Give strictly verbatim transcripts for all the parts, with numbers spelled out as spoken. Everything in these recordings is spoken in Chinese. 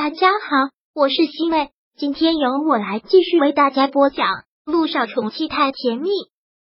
大家好，我是西妹，今天由我来继续为大家播讲《陆少宠妻太甜蜜》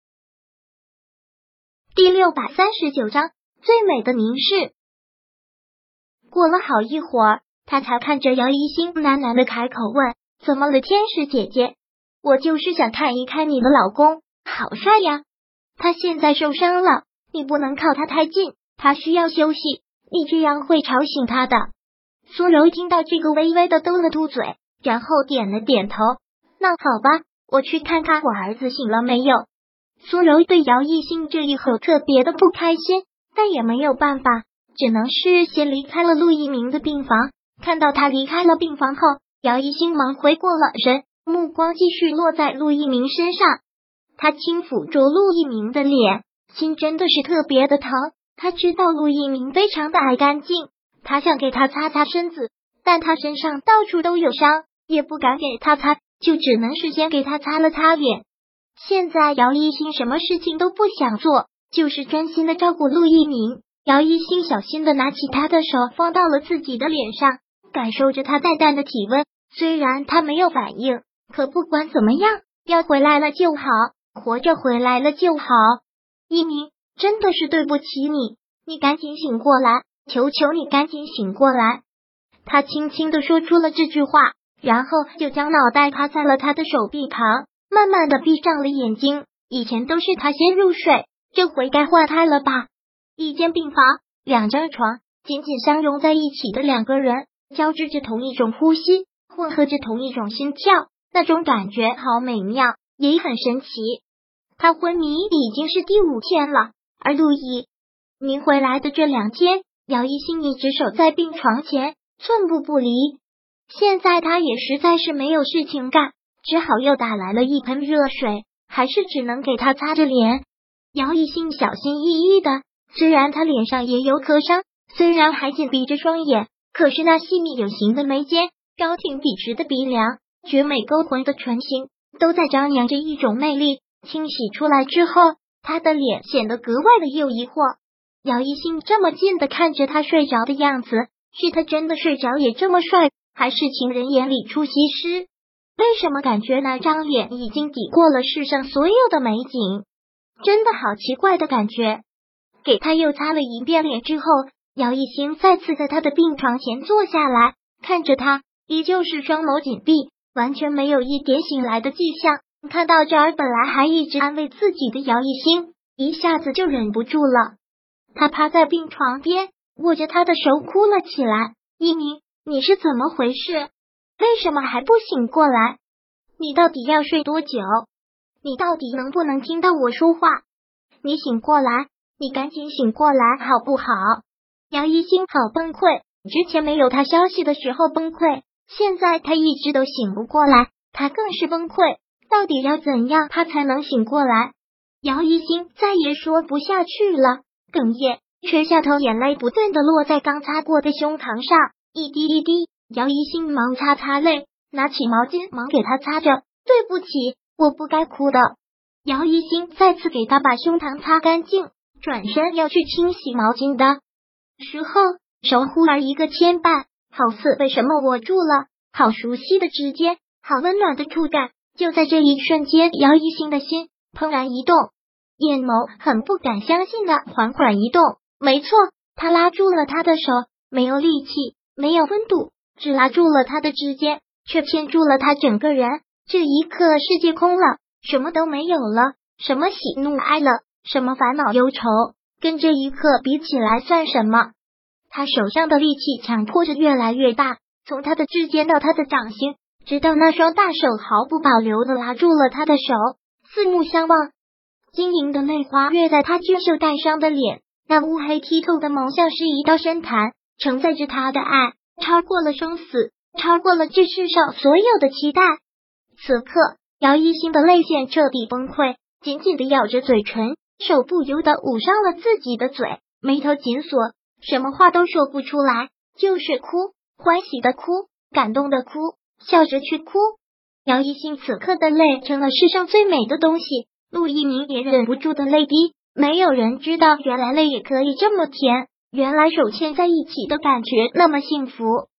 第六百三十九章最美的凝视。过了好一会儿，他才看着姚一星喃喃的开口问：怎么了，天使姐姐？我就是想看一看你的老公，好帅呀。他现在受伤了，你不能靠他太近，他需要休息，你这样会吵醒他的。苏柔听到这个微微的嘟了嘟嘴，然后点了点头。那好吧，我去看看我儿子醒了没有。苏柔对姚一星这一口特别的不开心，但也没有办法，只能是先离开了陆一鸣的病房。看到他离开了病房后，姚一星忙回过了神，目光继续落在陆一鸣身上。他轻抚着陆一鸣的脸，心真的是特别的疼。他知道陆一鸣非常的爱干净，他想给他擦擦身子，但他身上到处都有伤，也不敢给他擦，就只能是先给他擦了擦脸。现在姚一星什么事情都不想做，就是专心的照顾陆一鸣。姚一星小心的拿起他的手放到了自己的脸上，感受着他淡淡的体温。虽然他没有反应，可不管怎么样，要回来了就好，活着回来了就好。一鸣，真的是对不起你，你赶紧醒过来，求求你赶紧醒过来。他轻轻的说出了这句话，然后就将脑袋趴在了他的手臂旁，慢慢的闭上了眼睛。以前都是他先入睡，这回该换他了吧。一间病房，两张床，紧紧相融在一起的两个人，交织着同一种呼吸，混合着同一种心跳，那种感觉好美妙，也很神奇。他昏迷已经是第五天了，而陆一鸣回来的这两天，姚一星一直守在病床前，寸步不离。现在他也实在是没有事情干，只好又打来了一盆热水，还是只能给他擦着脸。姚一星小心翼翼的，虽然他脸上也有磕伤，虽然还紧闭着双眼，可是那细密有型的眉间，高挺笔直的鼻梁，绝美勾魂的唇形，都在张扬着一种魅力。清洗出来之后，他的脸显得格外的诱惑。姚一星这么近的看着他睡着的样子，是他真的睡着也这么帅，还是情人眼里出西施？为什么感觉那张脸已经抵过了世上所有的美景？真的好奇怪的感觉。给他又擦了一遍脸之后，姚一星再次在他的病床前坐下来，看着他，依旧是双眸紧闭，完全没有一点醒来的迹象。看到这儿，本来还一直安慰自己的姚一星，一下子就忍不住了。他趴在病床边，握着他的手哭了起来。一鸣，你是怎么回事？为什么还不醒过来？你到底要睡多久？你到底能不能听到我说话？你醒过来，你赶紧醒过来好不好？姚一星好崩溃，之前没有他消息的时候崩溃，现在他一直都醒不过来，他更是崩溃。到底要怎样他才能醒过来？姚一星再也说不下去了，哽咽，垂下头，眼泪不断的落在刚擦过的胸膛上，一滴一滴。姚一星忙擦擦泪，拿起毛巾忙给他擦着。对不起，我不该哭的。姚一星再次给他把胸膛擦干净，转身要去清洗毛巾的时候，手忽而一个牵绊，好似被什么握住了，好熟悉的指尖，好温暖的触感。就在这一瞬间，姚一星的心怦然一动，眼眸很不敢相信的缓缓移动。没错，他拉住了他的手，没有力气，没有温度，只拉住了他的指尖，却牵住了他整个人。这一刻，世界空了，什么都没有了，什么喜怒哀乐，什么烦恼忧愁，跟这一刻比起来算什么？他手上的力气强迫着越来越大，从他的指尖到他的掌心，直到那双大手毫不保留的拉住了他的手，四目相望，晶莹的泪花跃在他俊秀带伤的脸，那乌黑剔透的眸像是一道深潭，承载着他的爱，超过了生死，超过了这世上所有的期待。此刻，姚一星的泪腺彻底崩溃，紧紧的咬着嘴唇，手不由得捂上了自己的嘴，眉头紧锁，什么话都说不出来，就是哭，欢喜的哭，感动的哭，笑着去哭。姚一星此刻的泪成了世上最美的东西，陆一鸣也忍不住的泪滴。没有人知道，原来泪也可以这么甜，原来手牵在一起的感觉那么幸福。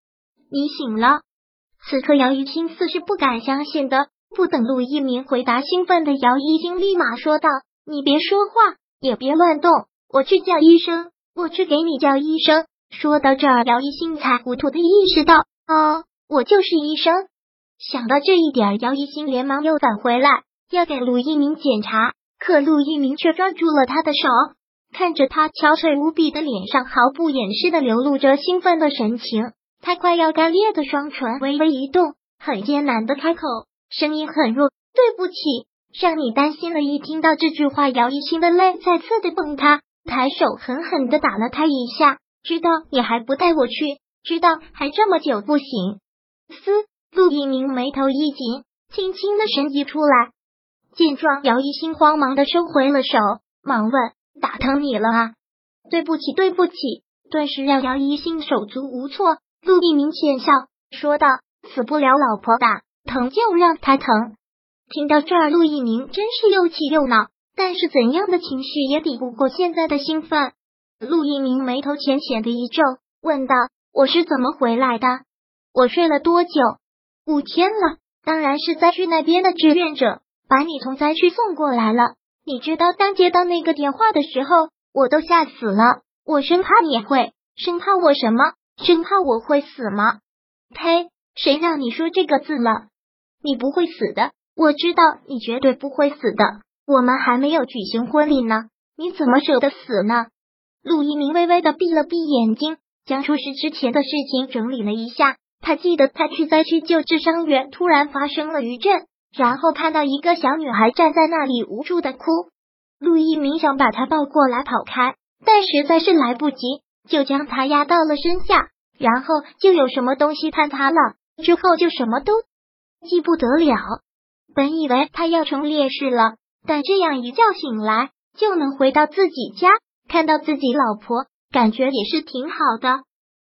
你醒了。此刻姚一星似是不敢相信的，不等陆一鸣回答，兴奋的姚一星立马说道：你别说话，也别乱动，我去叫医生，我去给你叫医生。说到这儿，姚一星才糊涂的意识到，哦，我就是医生。想到这一点，姚一星连忙又返回来，要给陆一鸣检查，可陆一鸣却抓住了他的手，看着他憔悴无比的脸上，毫不掩饰的流露着兴奋的神情，他快要干裂的双唇微微一动，很艰难的开口，声音很弱：对不起，让你担心了。一听到这句话，姚一星的泪再次的崩塌，抬手狠狠的打了他一下，知道你还不带我去，知道还这么久不醒。嘶！陆一鸣眉头一紧，轻轻的神移出来。见状，姚一星慌忙的收回了手，忙问：打疼你了啊？对不起对不起。顿时让姚一星手足无措。陆一鸣浅笑说道：死不了老婆打，疼就让他疼。听到这儿，陆一鸣真是又气又恼，但是怎样的情绪也抵不过现在的兴奋。陆一鸣眉头浅浅的一皱，问道：我是怎么回来的？我睡了多久？五天了，当然是灾区那边的志愿者把你从灾区送过来了。你知道当接到那个电话的时候，我都吓死了，我生怕你会，生怕我什么？生怕我会死吗？呸！谁让你说这个字了？你不会死的，我知道你绝对不会死的，我们还没有举行婚礼呢，你怎么舍得死呢？陆一鸣微微的闭了闭眼睛，将出事之前的事情整理了一下。他记得他去灾区救治伤员，突然发生了余震，然后看到一个小女孩站在那里无助的哭。陆一鸣想把她抱过来跑开，但实在是来不及，就将她压到了身下，然后就有什么东西坍塌了，之后就什么都记不得了。本以为他要成烈士了，但这样一觉醒来就能回到自己家，看到自己老婆，感觉也是挺好的。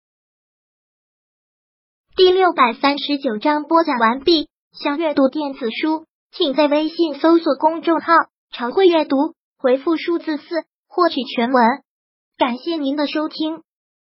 第六百三十九章播讲完毕。想阅读电子书，请在微信搜索公众号常会阅读，回复数字四获取全文。感谢您的收听。